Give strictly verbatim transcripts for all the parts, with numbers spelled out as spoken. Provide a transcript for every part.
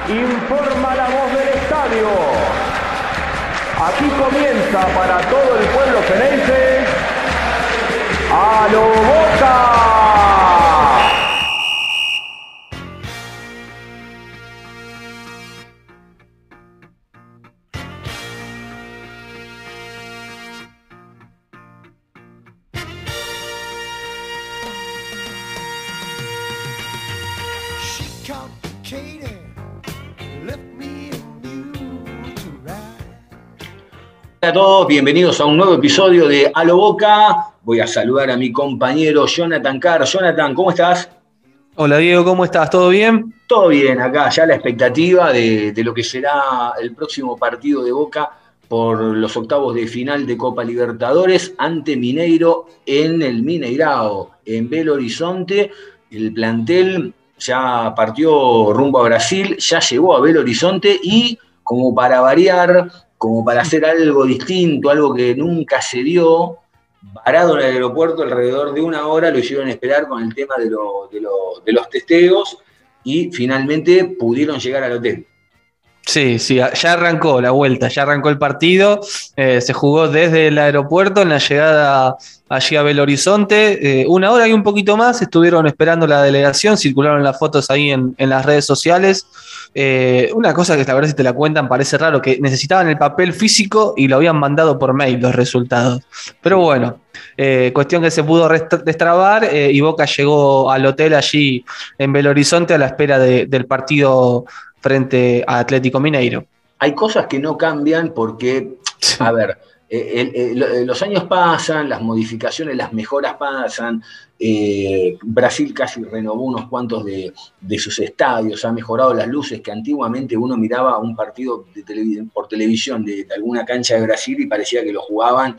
Informa la voz del estadio. Aquí comienza para todo el pueblo xenense ¡A lo Boca! Hola a todos, bienvenidos a un nuevo episodio de A lo Boca. Voy a saludar a mi compañero Jonathan Carr. Jonathan, ¿cómo estás? Hola Diego, ¿cómo estás? ¿Todo bien? Todo bien, acá ya la expectativa de, de lo que será el próximo partido de Boca por los octavos de final de Copa Libertadores ante Mineiro en el Mineirao, en Belo Horizonte. El plantel ya partió rumbo a Brasil, ya llegó a Belo Horizonte y, como para variar, como para hacer algo distinto, algo que nunca se dio, parado en el aeropuerto alrededor de una hora, lo hicieron esperar con el tema de, lo, de, lo, de los testeos y finalmente pudieron llegar al hotel. Sí, sí, ya arrancó la vuelta, ya arrancó el partido, eh, se jugó desde el aeropuerto en la llegada allí a Belo Horizonte, eh, una hora y un poquito más, estuvieron esperando la delegación, circularon las fotos ahí en, en las redes sociales. Eh, una cosa que la verdad si te la cuentan parece raro, que necesitaban el papel físico y lo habían mandado por mail los resultados, pero bueno, eh, cuestión que se pudo rest- destrabar eh, y Boca llegó al hotel allí en Belo Horizonte a la espera de, del partido frente a Atlético Mineiro. Hay cosas que no cambian porque, a ver, eh, eh, eh, los años pasan, las modificaciones, las mejoras pasan. Eh, Brasil casi renovó unos cuantos de, de sus estadios, ha mejorado las luces, que antiguamente uno miraba un partido de televis- por televisión de, de alguna cancha de Brasil y parecía que lo jugaban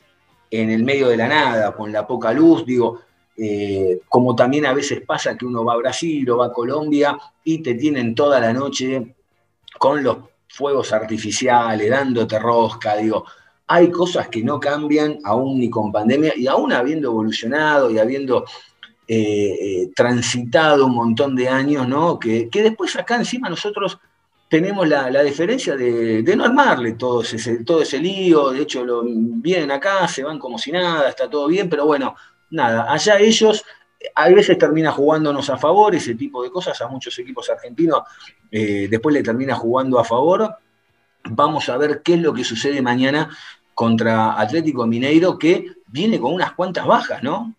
en el medio de la nada, con la poca luz, digo. Eh, como también a veces pasa que uno va a Brasil o va a Colombia y te tienen toda la noche con los fuegos artificiales, dándote rosca, digo, hay cosas que no cambian aún ni con pandemia y aún habiendo evolucionado y habiendo eh, eh, transitado un montón de años, ¿no? Que, que después acá encima nosotros tenemos la, la deferencia de, de no armarle todo ese, todo ese lío, de hecho lo, vienen acá, se van como si nada, está todo bien, pero bueno, nada, allá ellos a veces termina jugándonos a favor, ese tipo de cosas, a muchos equipos argentinos eh, después le termina jugando a favor. Vamos a ver qué es lo que sucede mañana contra Atlético Mineiro, que viene con unas cuantas bajas, ¿no?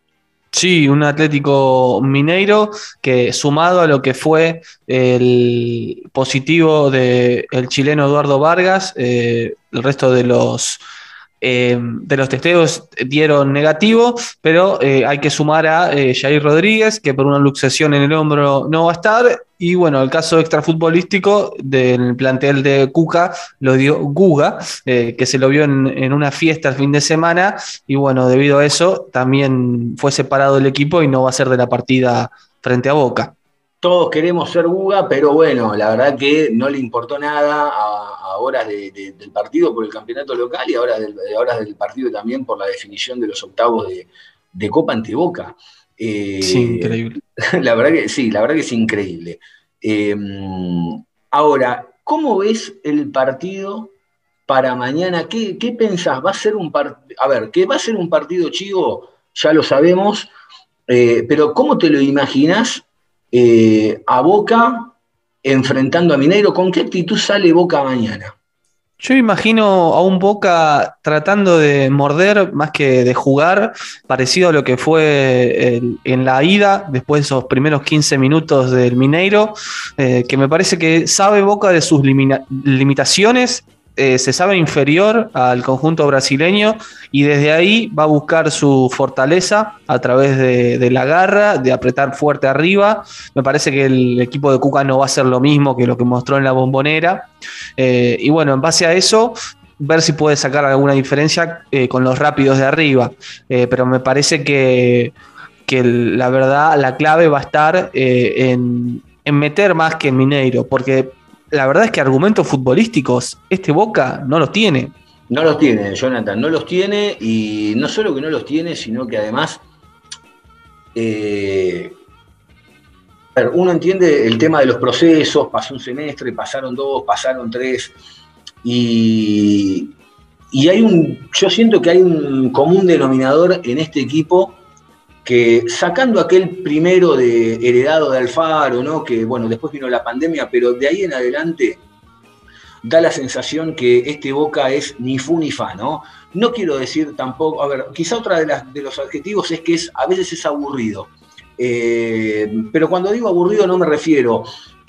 Sí, un Atlético Mineiro que sumado a lo que fue el positivo del chileno Eduardo Vargas, eh, el resto de los Eh, de los testeos dieron negativo, pero eh, hay que sumar a eh, Jair Rodríguez, que por una luxación en el hombro no va a estar, y bueno, el caso extrafutbolístico del plantel de Cuca lo dio Guga, eh, que se lo vio en, en una fiesta el fin de semana, y bueno, debido a eso también fue separado el equipo y no va a ser de la partida frente a Boca. Todos queremos ser Guga, pero bueno, la verdad que no le importó nada a, a horas de, de, del partido por el campeonato local y a horas del, a horas del partido también por la definición de los octavos de, de Copa ante Boca. Sí, Eh, increíble. la verdad que sí, la verdad que es increíble. Eh, ahora, ¿cómo ves el partido para mañana? ¿Qué, qué pensás? ¿Va a ser un partido? A ver, que va a ser un partido chivo, ya lo sabemos, eh, pero ¿cómo te lo imaginás? Eh, a Boca enfrentando a Mineiro, ¿con qué actitud sale Boca mañana? Yo imagino a un Boca tratando de morder más que de jugar, parecido a lo que fue el, en la ida, después de esos primeros quince minutos del Mineiro, eh, que me parece que sabe Boca de sus limina, limitaciones, eh, se sabe inferior al conjunto brasileño y desde ahí va a buscar su fortaleza a través de, de la garra, de apretar fuerte arriba. Me parece que el equipo de Cuca no va a ser lo mismo que lo que mostró en la Bombonera. Eh, y bueno, en base a eso, ver si puede sacar alguna diferencia eh, con los rápidos de arriba. Eh, pero me parece que, que la verdad, la clave va a estar eh, en, en meter más que en Mineiro, porque la verdad es que argumentos futbolísticos este Boca no los tiene. No los tiene, Jonathan, no los tiene, y no solo que no los tiene, sino que además eh, Uno entiende el tema de los procesos, pasó un semestre, pasaron dos, pasaron tres, y, y hay un, yo siento que hay un común denominador en este equipo que, sacando aquel primero de heredado de Alfaro, ¿no? Que bueno, después vino la pandemia, pero de ahí en adelante da la sensación que este Boca es ni fu ni fa, ¿no? No quiero decir tampoco, a ver, quizá otra de, las, de los adjetivos es que es, a veces es aburrido. Eh, pero cuando digo aburrido no me refiero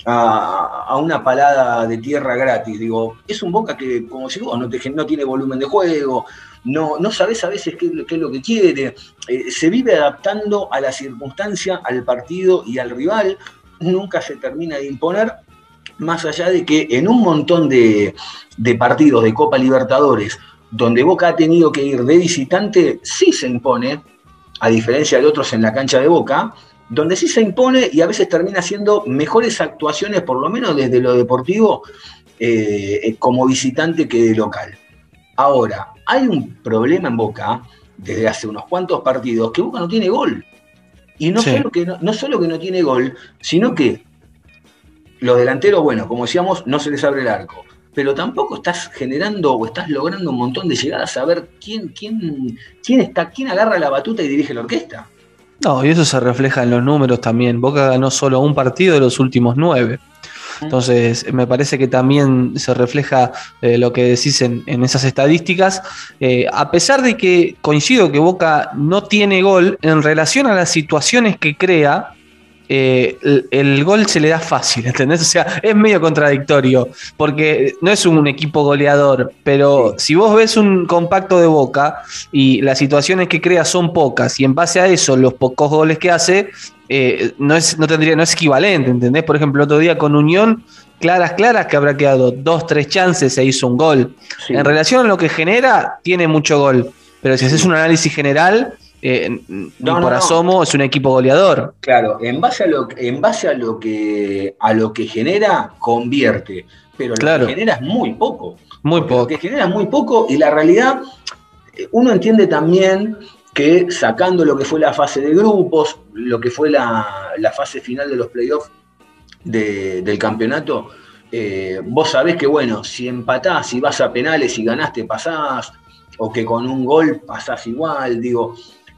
a, a una palada de tierra gratis. Digo, es un Boca que, como si vos, no, te, no tiene volumen de juego, no, no sabés a veces qué, qué es lo que quiere, eh, se vive adaptando a la circunstancia, al partido y al rival, nunca se termina de imponer, más allá de que en un montón de, de partidos de Copa Libertadores donde Boca ha tenido que ir de visitante, sí se impone, a diferencia de otros en la cancha de Boca, donde sí se impone y a veces termina haciendo mejores actuaciones, por lo menos desde lo deportivo, eh, como visitante que de local. Ahora, hay un problema en Boca, desde hace unos cuantos partidos, que Boca no tiene gol. Y no, sí. solo que no, no solo que no tiene gol, sino que los delanteros, bueno, como decíamos, no se les abre el arco. Pero tampoco estás generando o estás logrando un montón de llegadas a ver quién, quién, quién, está, quién agarra la batuta y dirige la orquesta. No, y eso se refleja en los números también. Boca ganó solo un partido de los últimos nueve. Entonces, me parece que también se refleja eh, lo que decís en, en esas estadísticas. Eh, a pesar de que coincido que Boca no tiene gol, en relación a las situaciones que crea, Eh, el, el gol se le da fácil, ¿entendés? O sea, es medio contradictorio, porque no es un equipo goleador, pero sí. Si vos ves un compacto de Boca y las situaciones que crea son pocas, y en base a eso, los pocos goles que hace, eh, no, es, no, tendría, no es equivalente, ¿entendés? Por ejemplo, el otro día con Unión, claras, claras, que habrá quedado dos, tres chances, se hizo un gol. Sí. En relación a lo que genera, tiene mucho gol, pero si haces un análisis general, Eh, no, ni por no, asomo no. Es un equipo goleador. Claro, en base a lo, en base a lo que a lo que genera, convierte, pero lo claro. que genera es muy poco. Muy poco. Lo que genera es muy poco, y la realidad, uno entiende también que sacando lo que fue la fase de grupos, lo que fue la, la fase final de los playoffs de, del campeonato, eh, vos sabés que bueno, si empatás, si vas a penales y ganaste, pasás, o que con un gol pasás igual, digo.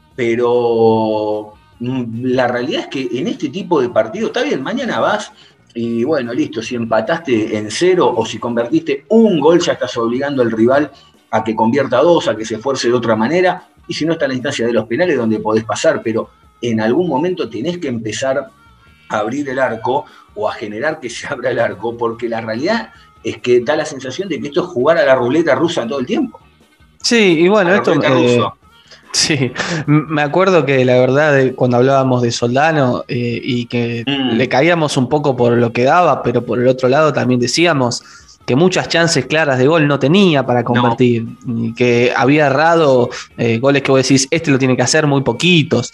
Pero la realidad es que en este tipo de partidos, está bien, mañana vas y bueno, listo, si empataste en cero o si convertiste un gol, ya estás obligando al rival a que convierta dos, a que se esfuerce de otra manera, y si no está en la instancia de los penales donde podés pasar, pero en algún momento tenés que empezar a abrir el arco o a generar que se abra el arco, porque la realidad es que da la sensación de que esto es jugar a la ruleta rusa todo el tiempo. Sí, y bueno, esto... Eh... Sí, me acuerdo que la verdad cuando hablábamos de Soldano eh, y que mm. le caíamos un poco por lo que daba, pero por el otro lado también decíamos que muchas chances claras de gol no tenía para convertir, no. y que había errado eh, goles que vos decís, este lo tiene que hacer, muy poquitos.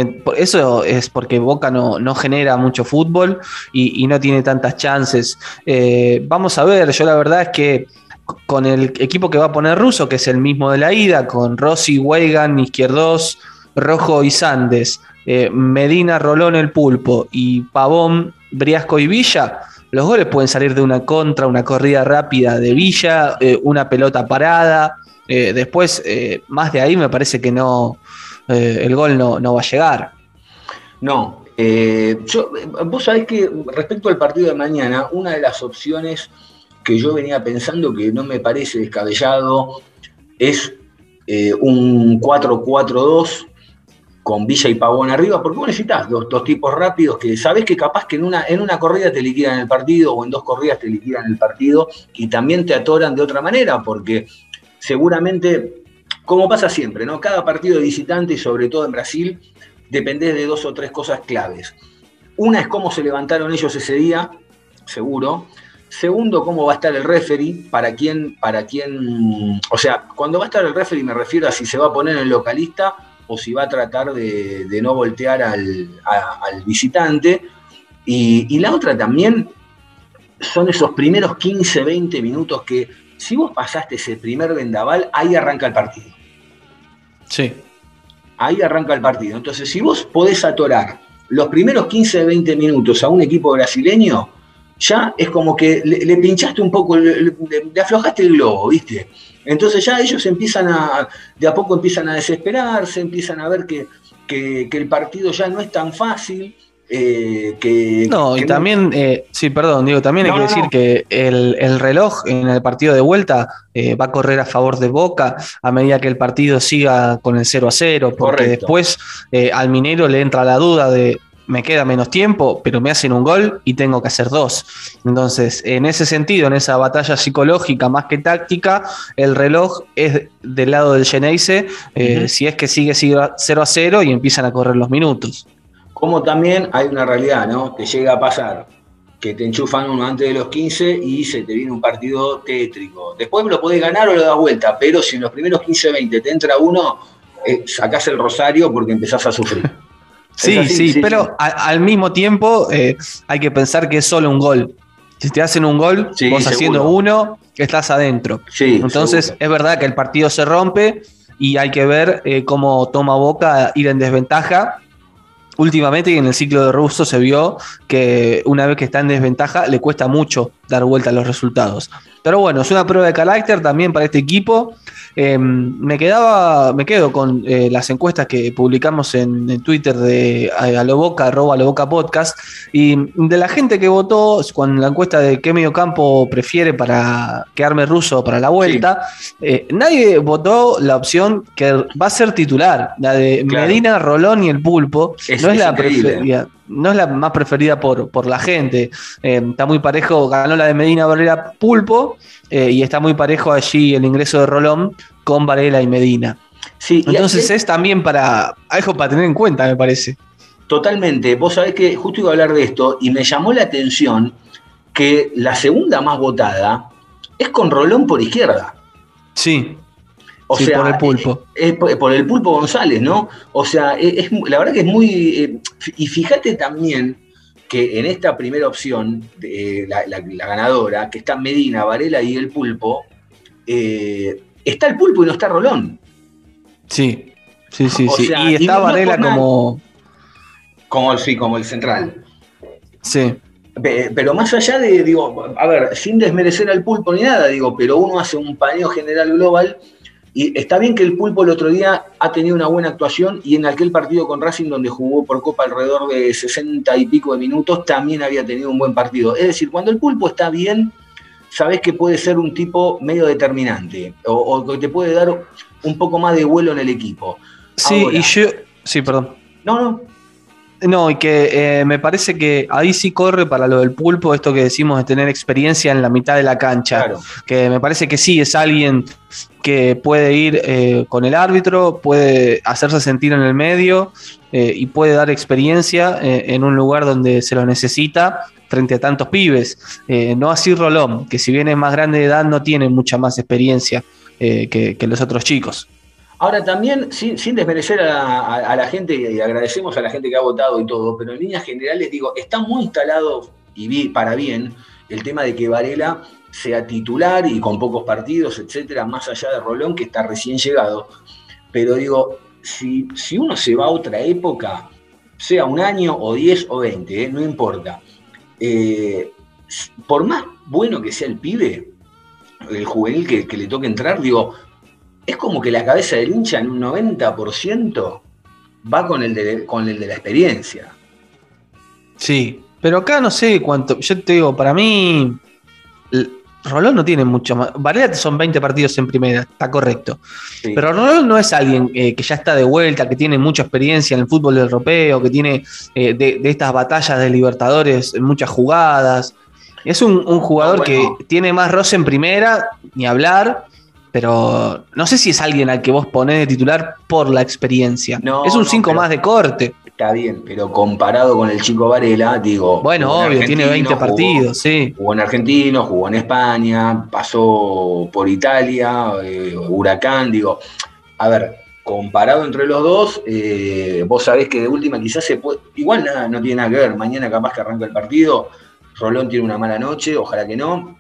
Eso es porque Boca no, no genera mucho fútbol y, y no tiene tantas chances. Eh, vamos a ver, yo la verdad es que con el equipo que va a poner Russo, que es el mismo de la ida, con Rossi, Weigan, Izquierdos, Rojo y Sandes, eh, Medina, Rolón, el Pulpo y Pavón, Briasco y Villa, los goles pueden salir de una contra, una corrida rápida de Villa, eh, una pelota parada, eh, después eh, más de ahí me parece que no, eh, el gol no, no va a llegar. No, eh, yo, vos sabés que respecto al partido de mañana, una de las opciones que yo venía pensando, que no me parece descabellado, es eh, un cuatro cuatro dos con Villa y Pavón arriba, porque vos necesitas dos, dos tipos rápidos que sabés que capaz que en una, en una corrida te liquidan el partido o en dos corridas te liquidan el partido y también te atoran de otra manera, porque seguramente, como pasa siempre, ¿no? Cada partido de visitante y sobre todo en Brasil, dependés de dos o tres cosas claves. Una es cómo se levantaron ellos ese día, seguro. Segundo, cómo va a estar el referee, para quién, para quién, o sea, cuando va a estar el referee me refiero a si se va a poner en localista o si va a tratar de, de no voltear al, a, al visitante. Y, y la otra también son esos primeros quince, veinte minutos que si vos pasaste ese primer vendaval, ahí arranca el partido. Sí. Ahí arranca el partido. Entonces, si vos podés atorar los primeros quince, veinte minutos a un equipo brasileño, ya es como que le, le pinchaste un poco, le, le, le aflojaste el globo, ¿viste? Entonces ya ellos empiezan a, de a poco empiezan a desesperarse, empiezan a ver que, que, que el partido ya no es tan fácil. Eh, que, no, que y no... también, eh, sí, perdón, digo, también no, hay que no, decir no. que el, el reloj en el partido de vuelta eh, va a correr a favor de Boca a medida que el partido siga con el cero a cero, porque Correcto. después eh, al Mineiro le entra la duda de me queda menos tiempo, pero me hacen un gol y tengo que hacer dos. Entonces, en ese sentido, en esa batalla psicológica más que táctica, el reloj es del lado del Xeneize, eh, uh-huh. si es que sigue cero a cero y empiezan a correr los minutos. Como también hay una realidad, ¿no? Te llega a pasar que te enchufan uno antes de los quince y se te viene un partido tétrico. Después lo podés ganar o lo das vuelta, pero si en los primeros quince veinte te entra uno, eh, sacás el rosario porque empezás a sufrir. Sí, así, sí, sí, pero sí. A, al mismo tiempo eh, hay que pensar que es solo un gol. Si te hacen un gol, sí, vos seguro. Haciendo uno, estás adentro. Sí, entonces seguro. Es verdad que el partido se rompe y hay que ver eh, cómo toma Boca ir en desventaja. Últimamente y en el ciclo de Russo se vio que una vez que está en desventaja le cuesta mucho dar vuelta a los resultados. Pero bueno, es una prueba de carácter también para este equipo. Eh, me quedaba, me quedo con eh, las encuestas que publicamos en, en Twitter de Aloboca, arroba Aloboca Podcast, y de la gente que votó con la encuesta de qué mediocampo prefiere para quedarme Russo para la vuelta, sí. eh, nadie votó la opción que va a ser titular, la de claro. Medina, Rolón y el Pulpo. Es, no es, es la preferida. No es la más preferida por, por la gente. Eh, está muy parejo, ganó la de Medina, Varela, Pulpo, eh, y está muy parejo allí el ingreso de Rolón con Varela y Medina. Sí, entonces y es también para algo para tener en cuenta, me parece. Totalmente. Vos sabés que justo iba a hablar de esto y me llamó la atención que la segunda más votada es con Rolón por izquierda. Sí. O sí, sea, por el Pulpo. Es, es por el Pulpo González, ¿no? O sea, es, es, la verdad que es muy... Eh, y fíjate también que en esta primera opción, eh, la, la, la ganadora, que está Medina, Varela y el Pulpo, eh, está el Pulpo y no está Rolón. Sí, sí, sí, sí. Sea, y está y no, Varela no como... Como, sí, como el central. Sí. Pero más allá de, digo, a ver, sin desmerecer al Pulpo ni nada, digo, pero uno hace un paneo general global. Y está bien que el Pulpo el otro día ha tenido una buena actuación y en aquel partido con Racing donde jugó por Copa alrededor de sesenta y pico de minutos también había tenido un buen partido. Es decir, cuando el Pulpo está bien, sabés que puede ser un tipo medio determinante o, o que te puede dar un poco más de vuelo en el equipo. Sí, Ahora, y yo... Sí, perdón. No, no. No, y que eh, me parece que ahí sí corre para lo del Pulpo, esto que decimos de tener experiencia en la mitad de la cancha. Claro. Que me parece que sí, es alguien que puede ir eh, con el árbitro, puede hacerse sentir en el medio eh, y puede dar experiencia eh, en un lugar donde se lo necesita frente a tantos pibes. Eh, no así Rolón, que si bien es más grande de edad no tiene mucha más experiencia eh, que, que los otros chicos. Ahora también, sin, sin desmerecer a, a, a la gente, y agradecemos a la gente que ha votado y todo, pero en líneas generales digo, está muy instalado, y vi, para bien, el tema de que Varela sea titular y con pocos partidos, etcétera, más allá de Rolón, que está recién llegado. Pero digo, si, si uno se va a otra época, sea un año o diez o veinte, ¿eh? No importa. Eh, por más bueno que sea el pibe, el juvenil que, que le toque entrar, digo, es como que la cabeza del hincha en un noventa por ciento va con el de, con el de la experiencia. Sí, pero acá no sé cuánto. Yo te digo, para mí, Rolón no tiene mucho más. Varela son veinte partidos en primera, está correcto. Sí. Pero Rolón no es alguien eh, que ya está de vuelta, que tiene mucha experiencia en el fútbol europeo, que tiene eh, de, de estas batallas de Libertadores, muchas jugadas. Es un, un jugador no, bueno. que tiene más roce en primera, ni hablar. Pero no sé si es alguien al que vos ponés de titular por la experiencia. No, es un cinco no, más de corte. Está bien, pero comparado con el chico Varela, digo... Bueno, obvio, tiene veinte partidos, jugó, sí. Jugó en Argentino, jugó en España, pasó por Italia, eh, Huracán, digo... A ver, comparado entre los dos, eh, vos sabés que de última quizás se puede... Igual nada, no tiene nada que ver, mañana capaz que arranca el partido, Rolón tiene una mala noche, ojalá que no...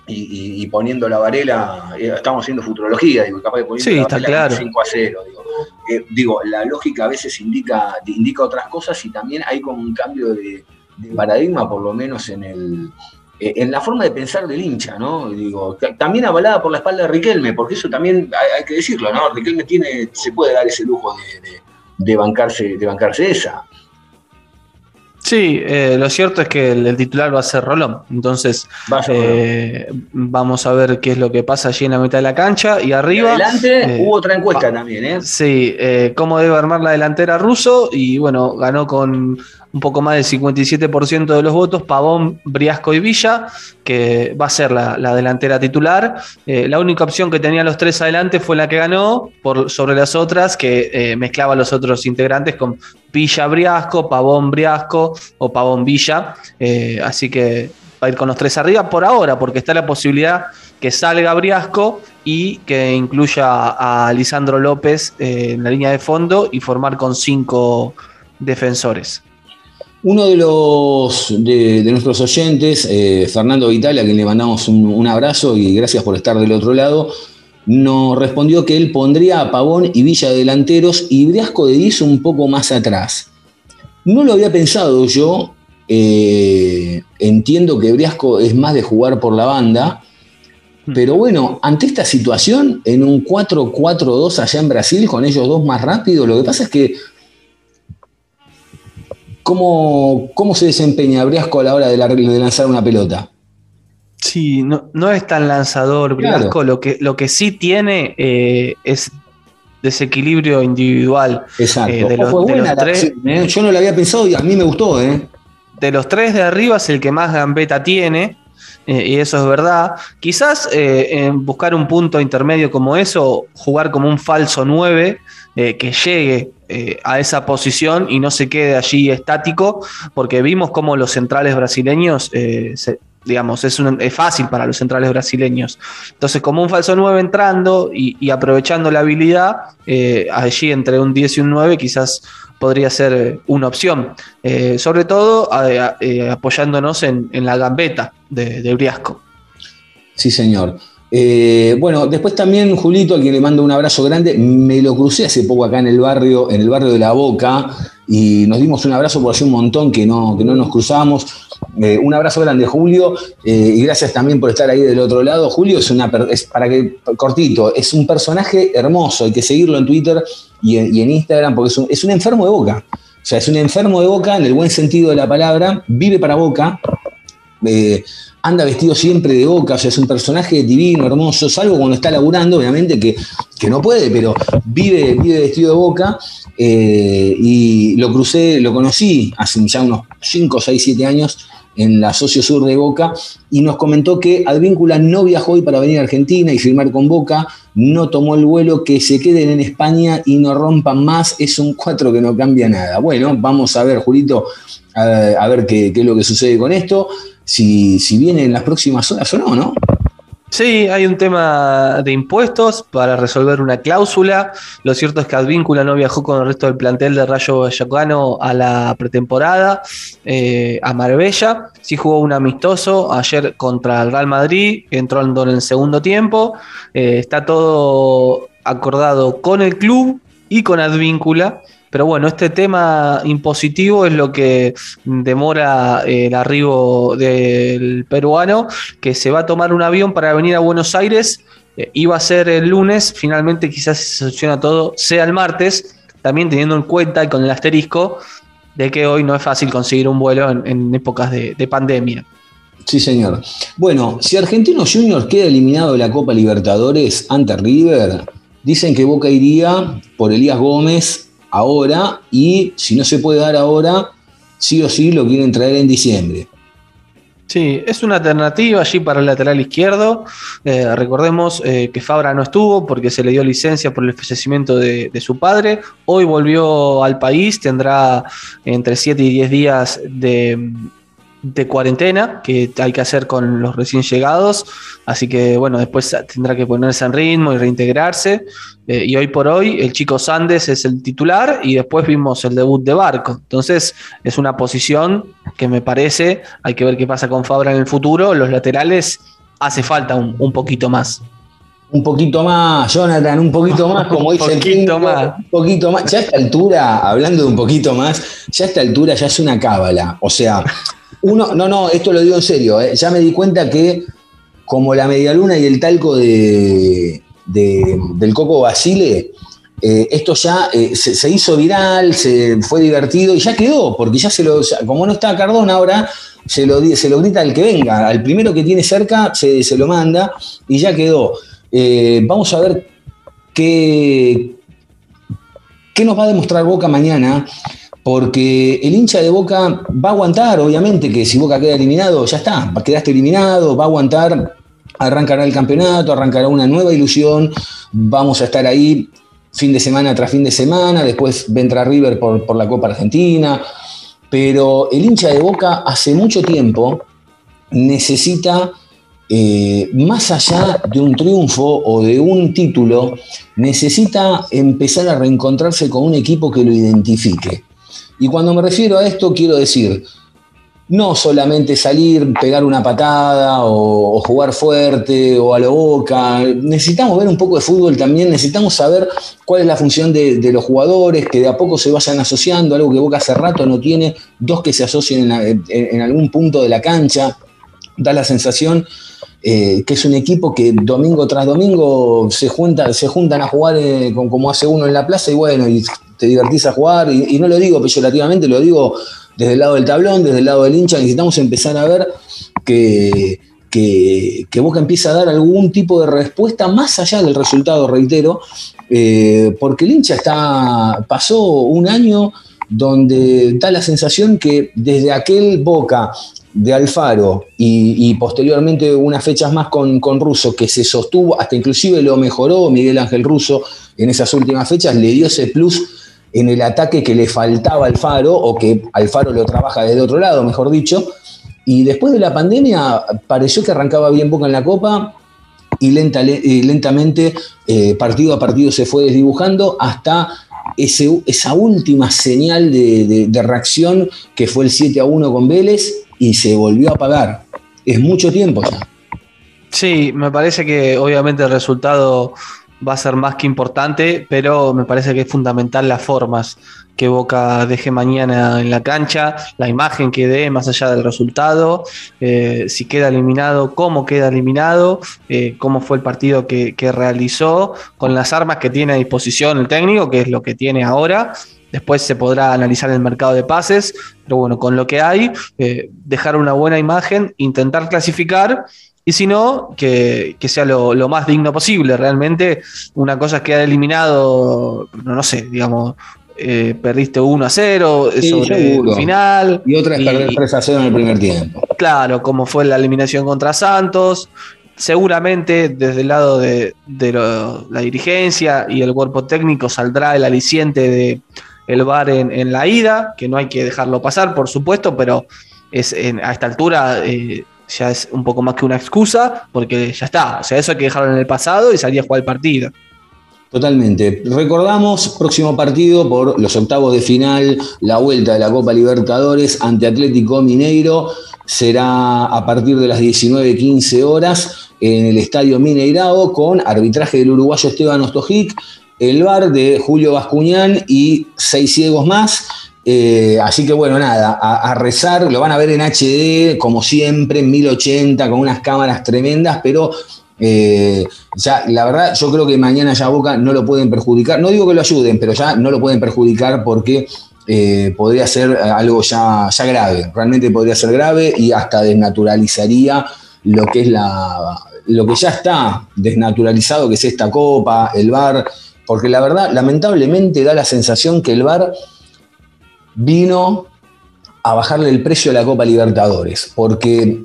y, y, y poniendo la Varela, eh, estamos haciendo futurología, digo, capaz de poniendo sí, la está Varela claro. cinco a cero, digo. Eh, digo, la lógica a veces indica, indica otras cosas y también hay como un cambio de, de paradigma, por lo menos en el eh, en la forma de pensar del hincha, ¿no? Digo, también avalada por la espalda de Riquelme, porque eso también hay, hay que decirlo, ¿no? Riquelme tiene, se puede dar ese lujo de, de, de bancarse, de bancarse esa. Sí, eh, lo cierto es que el, el titular va a ser Rolón, entonces Va a ser eh, vamos a ver qué es lo que pasa allí en la mitad de la cancha y arriba. Y adelante eh, hubo otra encuesta va, también, ¿eh? Sí, eh, cómo debe armar la delantera Russo y bueno, ganó con un poco más del cincuenta y siete por ciento de los votos Pavón, Briasco y Villa, que va a ser la, la delantera titular. Eh, la única opción que tenían los tres adelante fue la que ganó por sobre las otras, que eh, mezclaba a los otros integrantes con Villa Briasco, Pavón Briasco o Pavón Villa. Eh, así que va a ir con los tres arriba por ahora, porque está la posibilidad que salga Briasco y que incluya a, a Lisandro López eh, en la línea de fondo y formar con cinco defensores. Uno de los de, de nuestros oyentes, eh, Fernando Vital, a quien le mandamos un, un abrazo y gracias por estar del otro lado, nos respondió que él pondría a Pavón y Villa de delanteros y Briasco de diez un poco más atrás. No lo había pensado yo, eh, entiendo que Briasco es más de jugar por la banda, pero bueno, ante esta situación, en un cuatro cuatro dos allá en Brasil, con ellos dos más rápido, lo que pasa es que ¿Cómo, ¿Cómo se desempeña Briasco a la hora de, la, de lanzar una pelota? Sí, no, no es tan lanzador Briasco, claro. lo, que, lo que sí tiene eh, es desequilibrio individual. Exacto. Eh, de los, oh, fue buena de los la tres, acción, ¿eh? Yo no lo había pensado y a mí me gustó. ¿eh? De los tres de arriba es el que más gambeta tiene, eh, y eso es verdad. Quizás eh, en buscar un punto intermedio como eso, jugar como un falso nueve, eh, que llegue Eh, a esa posición y no se quede allí estático, porque vimos cómo los centrales brasileños, eh, se, digamos, es, un, es fácil para los centrales brasileños. Entonces, como un falso nueve entrando y, y aprovechando la habilidad, eh, allí entre un diez y un nueve quizás podría ser una opción. Eh, sobre todo a, a, eh, apoyándonos en, en la gambeta de, de Briasco. Sí, señor. Eh, bueno, después también Julito, a quien le mando un abrazo grande, me lo crucé hace poco acá en el barrio, en el barrio de La Boca, y nos dimos un abrazo por hace un montón que no, que no nos cruzamos. Eh, un abrazo grande, Julio, eh, y gracias también por estar ahí del otro lado. Julio es una, es, para que, cortito, es un personaje hermoso, hay que seguirlo en Twitter y en, y en Instagram, porque es un, es un enfermo de Boca. O sea, es un enfermo de Boca en el buen sentido de la palabra, vive para Boca. Eh, anda vestido siempre de Boca, o sea, es un personaje divino, hermoso, salvo cuando está laburando, obviamente que, que no puede, pero vive, vive vestido de Boca, eh, y lo crucé, lo conocí hace ya unos cinco, seis, siete años en la Socio Sur de Boca, y nos comentó que Advíncula no viajó hoy para venir a Argentina y firmar con Boca, no tomó el vuelo, que se queden en España y no rompan más, es un cuatro que no cambia nada. Bueno, vamos a ver, Julito, a, a ver qué, qué es lo que sucede con esto. Si, si viene en las próximas horas o no, ¿no? Sí, hay un tema de impuestos para resolver una cláusula. Lo cierto es que Advíncula no viajó con el resto del plantel de Rayo Vallecano a la pretemporada, eh, a Marbella. Sí jugó un amistoso ayer contra el Real Madrid, entrando en el segundo tiempo. Eh, está todo acordado con el club y con Advíncula. Pero bueno, este tema impositivo es lo que demora el arribo del peruano, que se va a tomar un avión para venir a Buenos Aires. Eh, iba a ser el lunes, finalmente quizás se soluciona todo, sea el martes, también teniendo en cuenta y con el asterisco de que hoy no es fácil conseguir un vuelo en, en épocas de, de pandemia. Sí, señor. Bueno, si Argentinos Juniors queda eliminado de la Copa Libertadores ante River, dicen que Boca iría por Elías Gómez ahora, y si no se puede dar ahora, sí o sí lo quieren traer en diciembre. Sí, es una alternativa allí para el lateral izquierdo. Eh, recordemos eh, que Fabra no estuvo porque se le dio licencia por el fallecimiento de, de su padre. Hoy volvió al país, tendrá entre siete y diez días de, de cuarentena que hay que hacer con los recién llegados. Así que bueno, después tendrá que ponerse en ritmo y reintegrarse. Eh, y hoy por hoy el chico Sandes es el titular y después vimos el debut de Barco. Entonces es una posición que me parece, hay que ver qué pasa con Fabra en el futuro. Los laterales hace falta un, un poquito más. Un poquito más, Jonathan, un poquito más, como dice el poquito más. Un poquito más. Ya a esta altura, hablando de un poquito más, ya a esta altura ya es una cábala. O sea, uno, no, no, esto lo digo en serio, ¿eh? Ya me di cuenta que como la medialuna y el talco de, de, del Coco Basile, eh, esto ya eh, se, se hizo viral, se fue divertido y ya quedó, porque ya se lo, ya, como no está Cardona ahora, se lo, se lo grita al que venga, al primero que tiene cerca se, se lo manda y ya quedó. Eh, vamos a ver qué, qué nos va a demostrar Boca mañana, porque el hincha de Boca va a aguantar, obviamente, que si Boca queda eliminado, ya está, quedaste eliminado, va a aguantar, arrancará el campeonato, arrancará una nueva ilusión, vamos a estar ahí fin de semana tras fin de semana, después vendrá River por, por la Copa Argentina, pero el hincha de Boca hace mucho tiempo necesita... Eh, más allá de un triunfo o de un título, necesita empezar a reencontrarse con un equipo que lo identifique. Y cuando me refiero a esto, quiero decir, no solamente salir, pegar una patada o, o jugar fuerte o a lo Boca. Necesitamos ver un poco de fútbol también, necesitamos saber cuál es la función de, de los jugadores, que de a poco se vayan asociando, algo que Boca hace rato no tiene, dos que se asocien en, la, en, en algún punto de la cancha. Da la sensación eh, que es un equipo que domingo tras domingo se, junta, se juntan a jugar eh, con, como hace uno en la plaza y bueno, y te divertís a jugar. Y, y no lo digo peyorativamente, lo digo desde el lado del tablón, desde el lado del hincha. Necesitamos empezar a ver que, que, que Boca empieza a dar algún tipo de respuesta más allá del resultado, reitero, eh, porque el hincha está, pasó un año donde da la sensación que desde aquel Boca de Alfaro y, y posteriormente unas fechas más con, con Russo, que se sostuvo, hasta inclusive lo mejoró Miguel Ángel Russo en esas últimas fechas, le dio ese plus en el ataque que le faltaba a Alfaro, o que Alfaro lo trabaja desde otro lado, mejor dicho, y después de la pandemia pareció que arrancaba bien Boca en la Copa y, lenta, y lentamente eh, partido a partido se fue desdibujando hasta ese, esa última señal de, de, de reacción que fue el siete a uno con Vélez, y se volvió a apagar. Es mucho tiempo ya. Sí, me parece que obviamente el resultado va a ser más que importante, pero me parece que es fundamental las formas que Boca deje mañana en la cancha, la imagen que dé más allá del resultado, eh, si queda eliminado, cómo queda eliminado, eh, cómo fue el partido que, que realizó, con las armas que tiene a disposición el técnico, que es lo que tiene ahora. Después se podrá analizar el mercado de pases, pero bueno, con lo que hay, eh, dejar una buena imagen, intentar clasificar, y si no, que, que sea lo, lo más digno posible. Realmente, una cosa es quedar eliminado, no, no sé, digamos, eh, perdiste uno a cero sí, sobre seguro. El final. Y otra es y, perder tres a cero en el primer tiempo. Claro, como fue la eliminación contra Santos. Seguramente desde el lado de, de lo, la dirigencia y el cuerpo técnico saldrá el aliciente de el V A R en, en la ida, que no hay que dejarlo pasar, por supuesto, pero es en, a esta altura eh, ya es un poco más que una excusa, porque ya está, o sea, eso hay que dejarlo en el pasado y salir a jugar el partido. Totalmente. Recordamos, próximo partido por los octavos de final, la vuelta de la Copa Libertadores ante Atlético Mineiro, será a partir de las diecinueve quince horas en el Estadio Mineirao, con arbitraje del uruguayo Esteban Ostojic, el V A R de Julio Bascuñán y seis ciegos más. Eh, así que bueno, nada, a, a rezar. Lo van a ver en H D, como siempre, en mil ochenta, con unas cámaras tremendas, pero eh, ya, la verdad, yo creo que mañana ya Boca no lo pueden perjudicar. No digo que lo ayuden, pero ya no lo pueden perjudicar porque eh, podría ser algo ya, ya grave. Realmente podría ser grave y hasta desnaturalizaría lo que es la, lo que ya está desnaturalizado, que es esta Copa, el V A R. Porque la verdad, lamentablemente, da la sensación que el V A R vino a bajarle el precio a la Copa Libertadores. Porque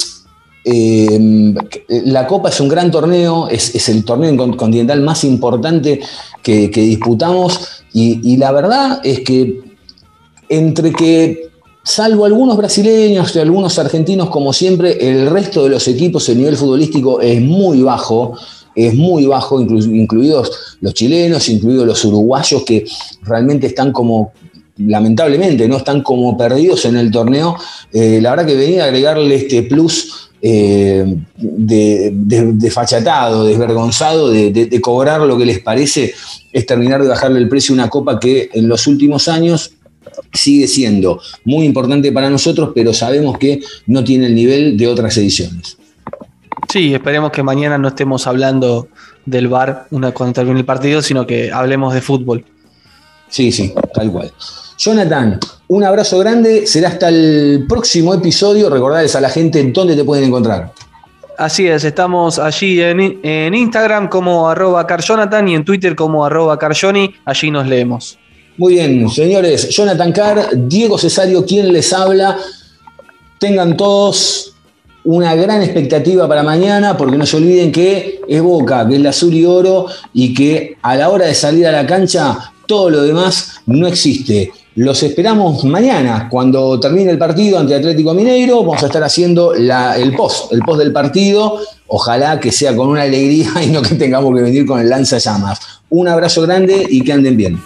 eh, la Copa es un gran torneo, es, es el torneo continental más importante que, que disputamos. Y, y la verdad es que entre que, salvo algunos brasileños y algunos argentinos, como siempre, el resto de los equipos, el nivel futbolístico es muy bajo. Es muy bajo, inclu- incluidos los chilenos, incluidos los uruguayos, que realmente están como, lamentablemente, no están como perdidos en el torneo. Eh, la verdad que venía a agregarle este plus eh, de, de, desfachatado, desvergonzado de, de, de cobrar lo que les parece, es terminar de bajarle el precio a una copa que en los últimos años sigue siendo muy importante para nosotros, pero sabemos que no tiene el nivel de otras ediciones. Sí, esperemos que mañana no estemos hablando del V A R una, cuando termine el partido, sino que hablemos de fútbol. Sí, sí, tal cual. Jonathan, un abrazo grande, será hasta el próximo episodio. Recordarles a la gente dónde te pueden encontrar. Así es, estamos allí en, en Instagram como arroba carjonathan y en Twitter como arroba carjoni, allí nos leemos. Muy bien, señores, Jonathan Carr, Diego Cesario, quien les habla. Tengan todos una gran expectativa para mañana, porque no se olviden que es Boca, que es la azul y oro, y que a la hora de salir a la cancha, todo lo demás no existe. Los esperamos mañana, cuando termine el partido ante Atlético Mineiro. Vamos a estar haciendo la, el post, el post del partido. Ojalá que sea con una alegría y no que tengamos que venir con el lanzallamas. Un abrazo grande y que anden bien.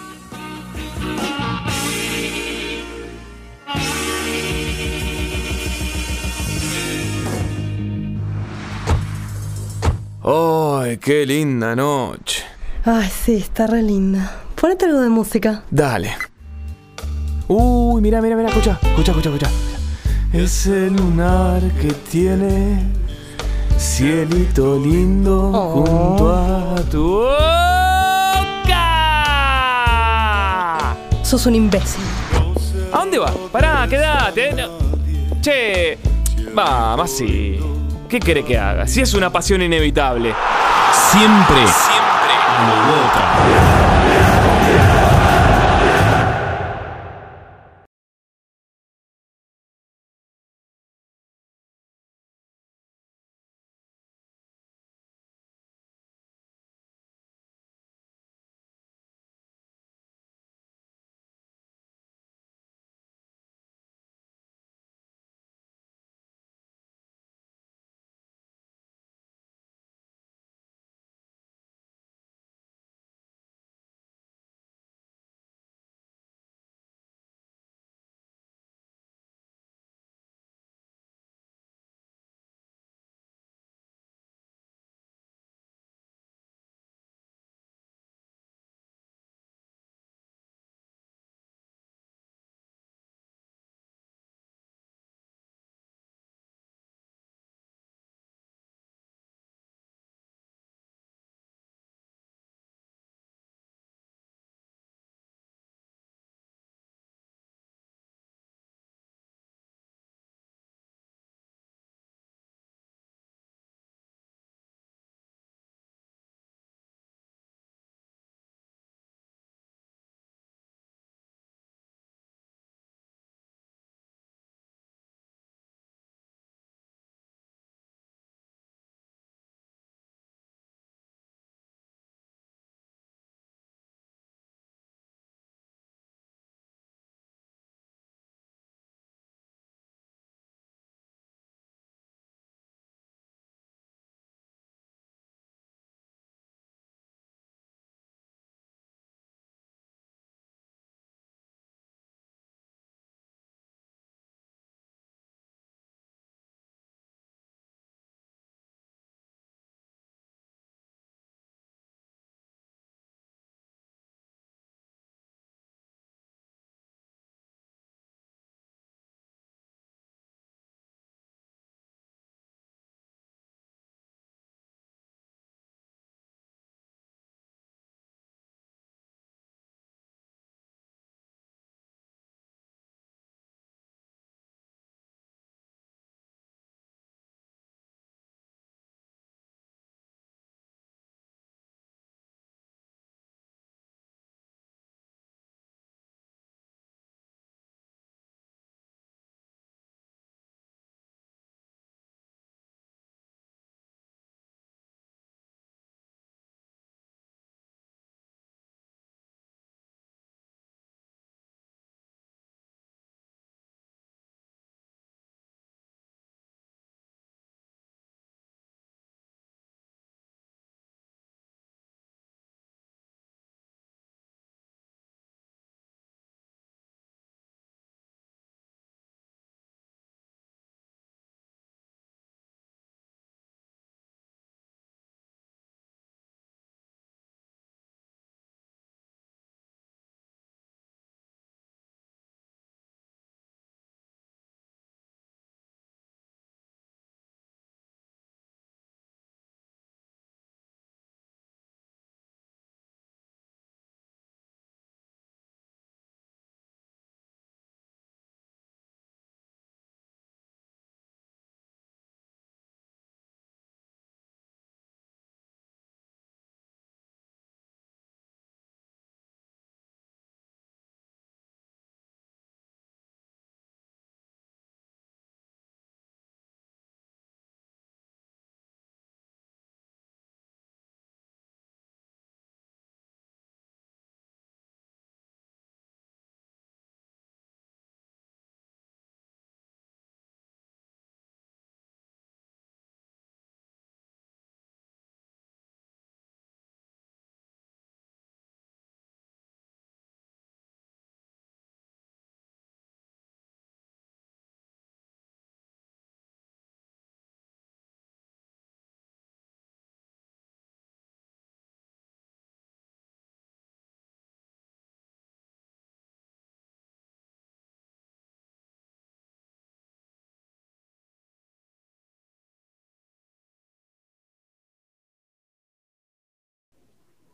¡Ay, qué linda noche! Ay, sí, está re linda. Ponete algo de música. Dale. Uy, mira, mira, mira, escucha, escucha, escucha, escucha. Ese lunar que tiene cielito lindo Oh. junto a tu boca. Sos un imbécil. ¿A dónde vas? Pará, quédate. No. Che, vamos, sí. ¿Qué querés que haga? Si es una pasión inevitable. Siempre, siempre, Boca.